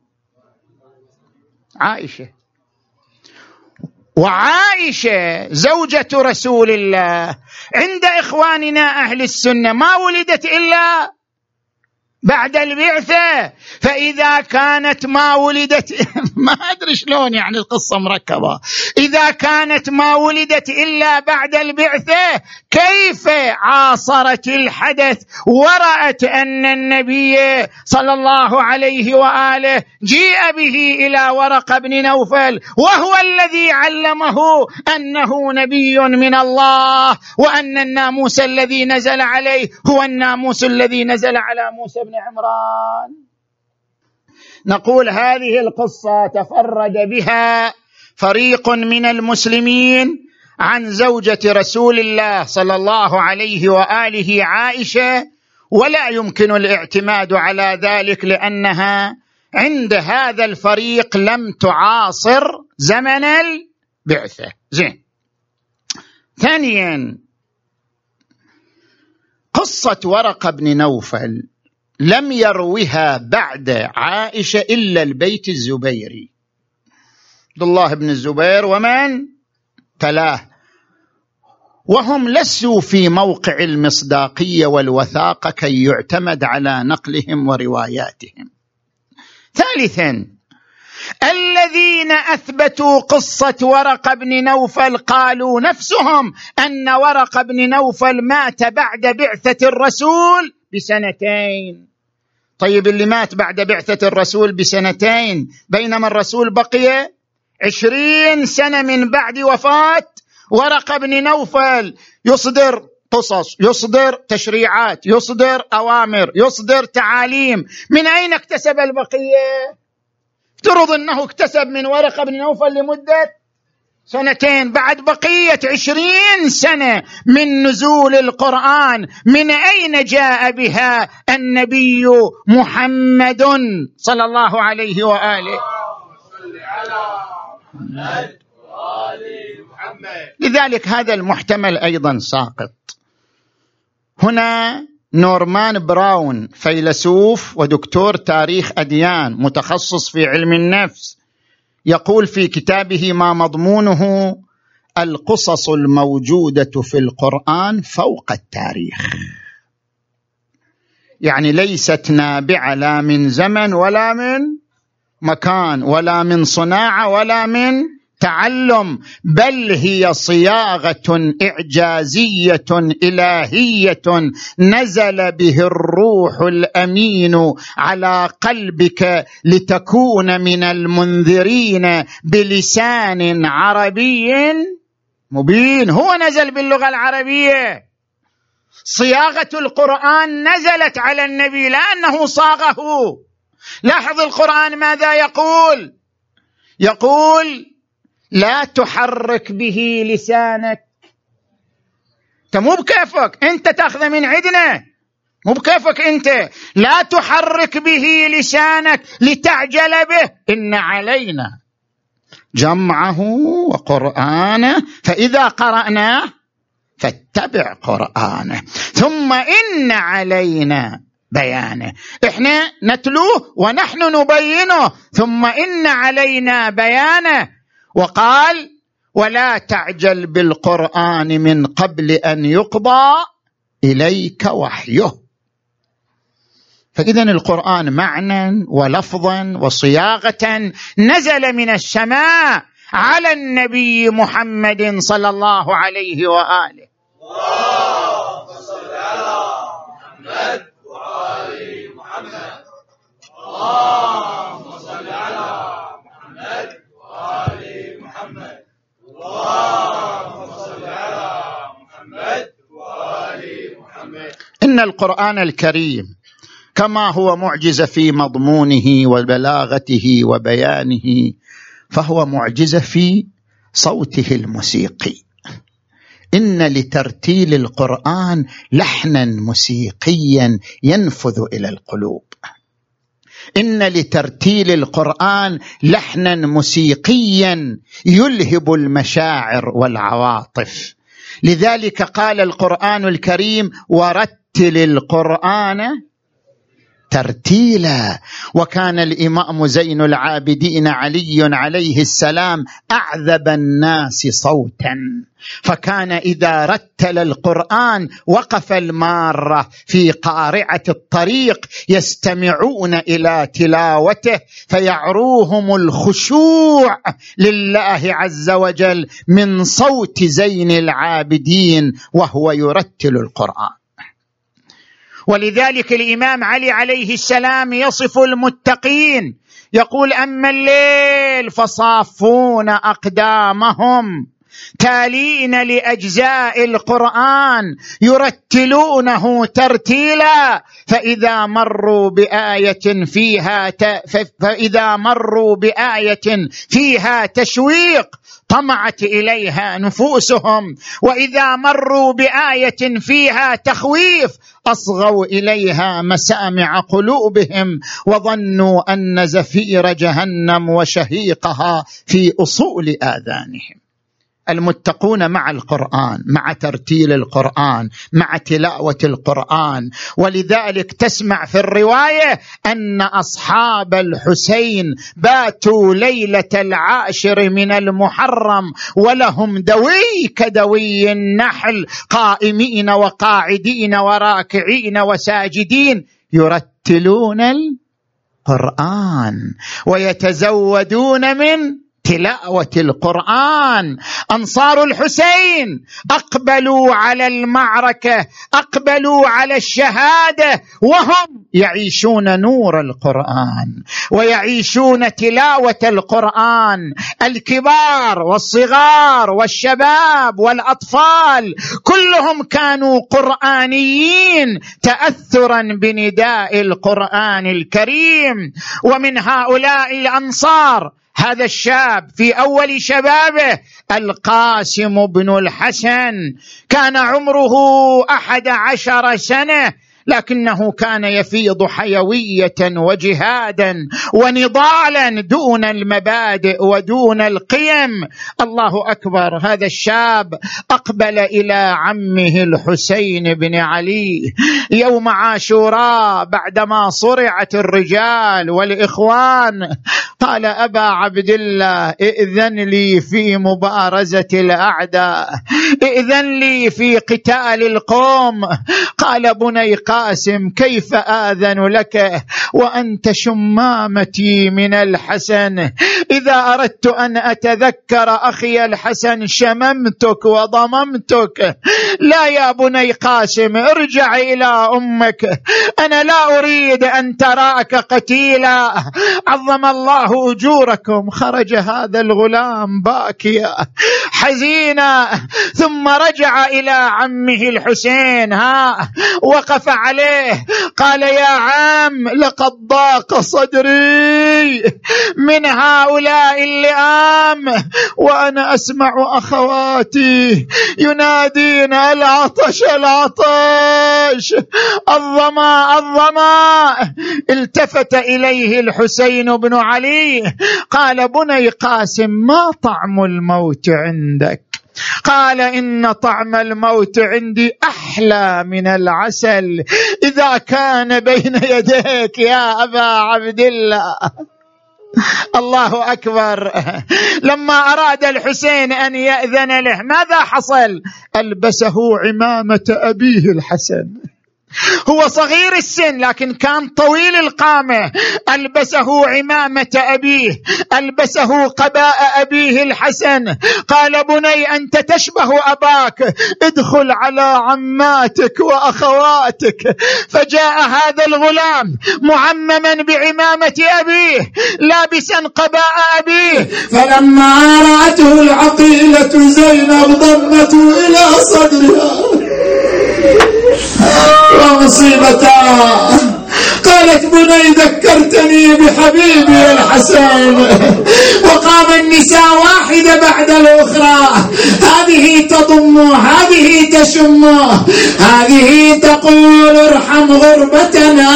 عائشة. وعائشة زوجة رسول الله عند إخواننا أهل السنة ما ولدت إلا بعد البعثة، فإذا كانت ما ولدت ما أدري شلون يعني القصة مركبة، إذا كانت ما ولدت إلا بعد البعثة كيف عاصرت الحدث ورأت أن النبي صلى الله عليه وآله جيء به إلى ورقة بن نوفل وهو الذي علمه أنه نبي من الله، وأن الناموس الذي نزل عليه هو الناموس الذي نزل على موسى بن عمران. نقول هذه القصة تفرد بها فريق من المسلمين عن زوجة رسول الله صلى الله عليه وآله عائشة، ولا يمكن الاعتماد على ذلك لأنها عند هذا الفريق لم تعاصر زمن البعثة. زين. ثانيا، قصة ورقة بن نوفل لم يروها بعد عائشة إلا البيت الزبيري، عبد الله بن الزبير ومن تلاه، وهم لسوا في موقع المصداقية والوثاقة كي يعتمد على نقلهم ورواياتهم. ثالثا، الذين أثبتوا قصة ورقة بن نوفل قالوا نفسهم أن ورقة بن نوفل مات بعد بعثة الرسول بسنتين. طيب اللي مات بعد بعثة الرسول بسنتين بينما الرسول بقي عشرين سنة من بعد وفاة ورقة بن نوفل، يصدر قصص، يصدر تشريعات، يصدر أوامر، يصدر تعاليم، من أين اكتسب البقية؟ افترض أنه اكتسب من ورقة بن نوفل لمدة سنتين، بعد بقية عشرين سنة من نزول القرآن، من أين جاء بها النبي محمد صلى الله عليه وآله؟ لذلك هذا المحتمل أيضا ساقط. هنا نورمان براون فيلسوف ودكتور تاريخ أديان متخصص في علم النفس يقول في كتابه ما مضمونه: القصص الموجودة في القرآن فوق التاريخ، يعني ليست نابعة لا من زمن ولا من مكان ولا من صناعة ولا من تعلم، بل هي صياغة إعجازية إلهية نزل به الروح الأمين على قلبك لتكون من المنذرين بلسان عربي مبين. هو نزل باللغة العربية. صياغة القرآن نزلت على النبي لأنه صاغه. لاحظ القرآن ماذا يقول؟ يقول: لا تحرك به لسانك. انت مو بكيفك، انت تاخذ من عندنا، مو بكيفك انت. لا تحرك به لسانك لتعجل به، إن علينا جمعه وقرآنه فإذا قرأناه فاتبع قرآنه ثم إن علينا بيانه. احنا نتلوه ونحن نبينه، ثم إن علينا بيانه. وقال: ولا تعجل بالقرآن من قبل أن يقضى إليك وحيه. فإذن القرآن معنى ولفظا وصياغة نزل من السماء على النبي محمد صلى الله عليه وآله. اللهم صل على محمد وآل محمد. اللهم صل على محمد وآل محمد. اللهم صل على محمد وآل محمد. إن القرآن الكريم كما هو معجزة في مضمونه وبلاغته وبيانه، فهو معجزة في صوته الموسيقي. إن لترتيل القرآن لحنا موسيقيا ينفذ إلى القلوب. إن لترتيل القرآن لحنا موسيقيا يلهب المشاعر والعواطف. لذلك قال القرآن الكريم: ورتل القرآن ترتيلا. وكان الإمام زين العابدين علي عليه السلام أعذب الناس صوتا، فكان إذا رتل القرآن وقف المارة في قارعة الطريق يستمعون إلى تلاوته فيعروهم الخشوع لله عز وجل من صوت زين العابدين وهو يرتل القرآن. ولذلك الإمام علي عليه السلام يصف المتقين يقول: أما الليل فصافون أقدامهم تالين لأجزاء القرآن يرتلونه ترتيلا، فإذا مروا بآية فيها ت... فإذا مروا بآية فيها تشويق طمعت إليها نفوسهم، وإذا مروا بآية فيها تخويف أصغوا إليها مسامع قلوبهم، وظنوا أن زفير جهنم وشهيقها في أصول آذانهم. المتقون مع القرآن، مع ترتيل القرآن، مع تلاوة القرآن. ولذلك تسمع في الرواية أن أصحاب الحسين باتوا ليلة العاشر من المحرم ولهم دوي كدوي النحل، قائمين وقاعدين وراكعين وساجدين يرتلون القرآن ويتزودون من تلاوة القرآن. أنصار الحسين أقبلوا على المعركة، أقبلوا على الشهادة وهم يعيشون نور القرآن ويعيشون تلاوة القرآن. الكبار والصغار والشباب والأطفال كلهم كانوا قرآنيين تأثرا بنداء القرآن الكريم. ومن هؤلاء الأنصار هذا الشاب في أول شبابه القاسم بن الحسن، كان عمره أحد عشر سنة، لكنه كان يفيض حيوية وجهادا ونضالا دون المبادئ ودون القيم. الله أكبر. هذا الشاب أقبل إلى عمه الحسين بن علي يوم عاشوراء بعدما صرعت الرجال والإخوان، قال: أبا عبد الله ائذن لي في مبارزة الأعداء، ائذن لي في قتال القوم. قال: بني قاسم كيف آذن لك وأنت شمامتي من الحسن؟ إذا أردت أن أتذكر أخي الحسن شممتك وضممتك. لا يا بني قاسم، ارجع إلى أمك، أنا لا أريد أن تراك قتيلا، عظم الله أجوركم. خرج هذا الغلام باكيا حزينا، ثم رجع إلى عمه الحسين، ها وقف عليه قال: يا عم، لقد ضاق صدري من هؤلاء اللئام، وأنا أسمع أخواتي ينادين العطش العطش، الظما الظما. التفت إليه الحسين بن علي قال: بني قاسم، ما طعم الموت عندك؟ قال: إن طعم الموت عندي أحلى من العسل إذا كان بين يديك يا أبا عبد الله. الله أكبر. لما أراد الحسين أن يأذن له ماذا حصل؟ ألبسه عمامة أبيه الحسن، هو صغير السن لكن كان طويل القامة، ألبسه عمامة أبيه، ألبسه قباء أبيه الحسن. قال: بني أنت تشبه أباك، ادخل على عماتك وأخواتك. فجاء هذا الغلام معمما بعمامة أبيه، لابسا قباء أبيه، فلما رأته العقيلة زينب ضمته إلى صدرها ومصيبتها، قالت: بني ذكرتني بحبيبي الحسن. وقام النساء واحدة بعد الأخرى، هذه تضم، هذه تشم، هذه تقول ارحم غربتنا،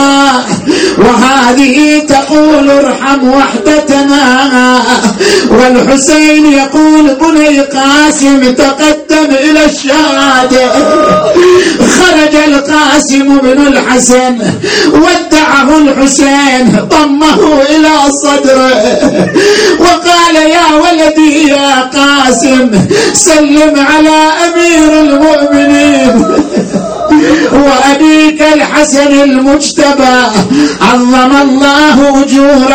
وهذه تقول ارحم وحدتنا. والحسين يقول: بني قاسم تقدم إلى الشهادة. خرج القاسم بن الحسن، ودعه الحسين، ضمه إلى صدره وقال: يا ولدي يا قاسم، سلم على أمير المؤمنين وأبيك الحسن المجتبى، عظم الله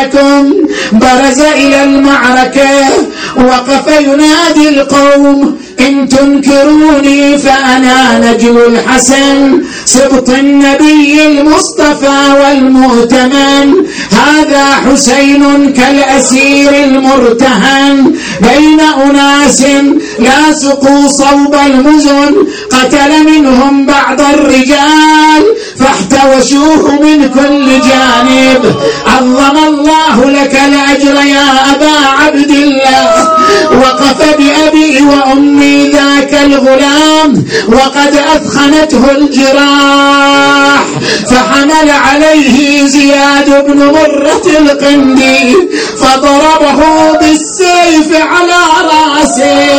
أجوركم. برز إلى المعركة، وقف ينادي القوم: إن تنكروني فأنا نجم الحسن سبط النبي المصطفى والمؤتمن. هذا حسين كالأسير المرتهن بين أناس لاصقوا صوب المزن، قتل منهم بعض الرجال فاحتوشوه من كل جانب. عظم الله لك الأجر يا أبا عبد الله، وقف بأبي وأمي ذاك الغلام وقد أثخنته الجراح، فحمل عليه زياد بن مرة القندي فضربه بالسيف على رأسه،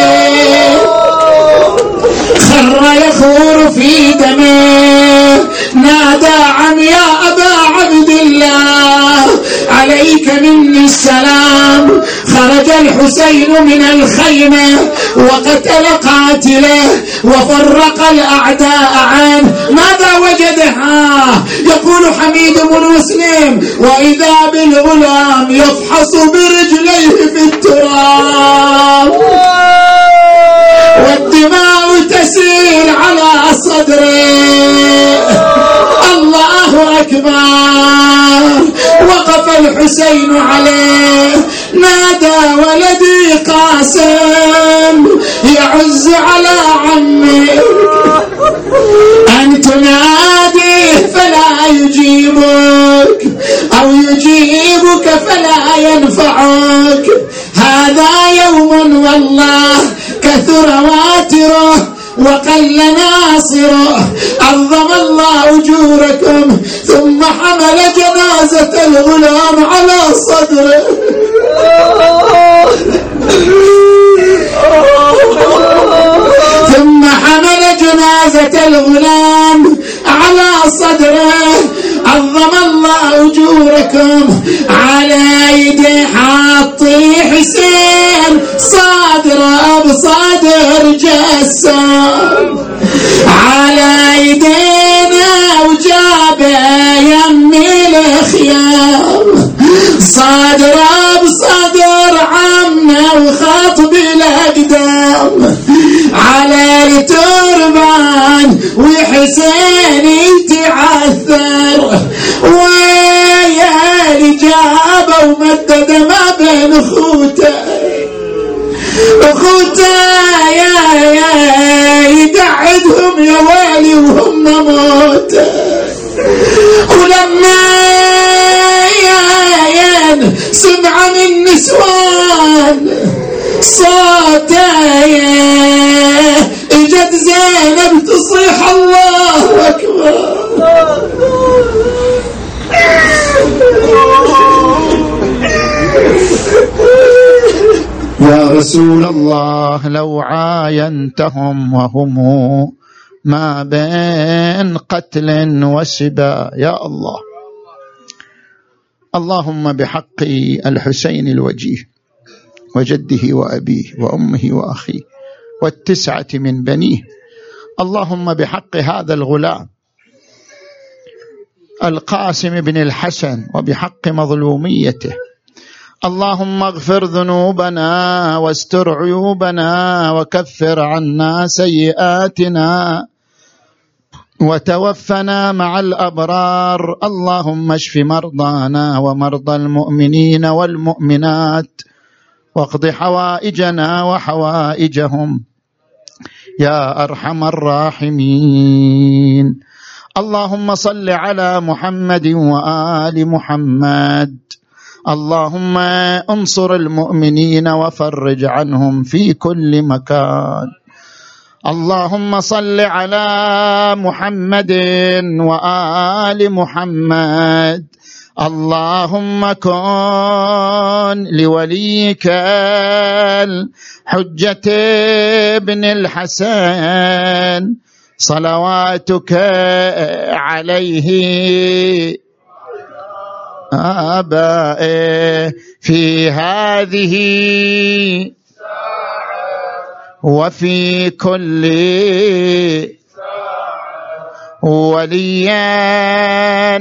خر يخور في دمه، نادى عن يا أبا عبد الله عليك مني السلام. خرج الحسين من الخيمة وقتل قاتله وفرق الأعداء عنه. ماذا وجدها؟ يقول حميد بن مسلم: وإذا بالغلام يفحص برجليه في التراب والدماء تسيل على صدره. الله أكبر. وقف الحسين عليه نادى: ولدي قاسم يعز على عمي، أن تناديه فلا يجيبك أو يجيبك فلا ينفعك. هذا يوم والله كثر واتره وقل ناصره، عظم الله أجوركم. ثم حمل جنازة الغلام على صدره ثم حمل جنازة الغلام على صدره، عظم الله أجوركم. على يدي حاطي حسين صادر بصادر جسام، على يدينا وجابه يمي الخيام، صادر بصدر عمنا وخاطب الأقدام، على التربان وحسين يتعثر، ويا الإجابة ومدد ما بين أخوته أخوته يا يا يقعدهم يا والي وهم موت. ولما يا سمع من نسوان صوته اجت زينب تصيح الله أكبر. يا رسول الله لو عاينتهم وهم ما بين قتل وسبا، يا الله. اللهم بحق الحسين الوجيه وجده وأبيه وأمه وأخيه والتسعة من بنيه، اللهم بحق هذا الغلام القاسم بن الحسن وبحق مظلوميته، اللهم اغفر ذنوبنا واستر عيوبنا وكفر عنا سيئاتنا وتوفنا مع الأبرار. اللهم اشف مرضانا ومرضى المؤمنين والمؤمنات واقض حوائجنا وحوائجهم يا أرحم الراحمين. اللهم صل على محمد وآل محمد. اللهم انصر المؤمنين وفرج عنهم في كل مكان. اللهم صل على محمد وآل محمد. اللهم كن لوليك الحجة بن الحسن صلواتك عليه آبائه في هذه وفي كل وليا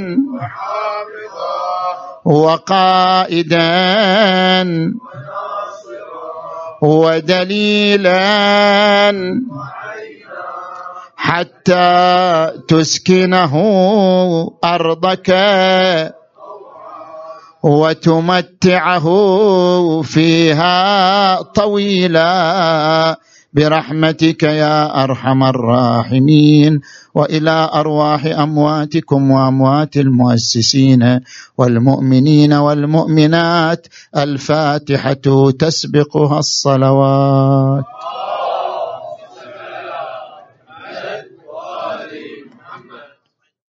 وقائدا ودليلا حتى تسكنه أرضك وتمتعه فيها طويلا برحمتك يا أرحم الراحمين. وإلى أرواح أمواتكم وأموات المؤسسين والمؤمنين والمؤمنات الفاتحة تسبقها الصلوات.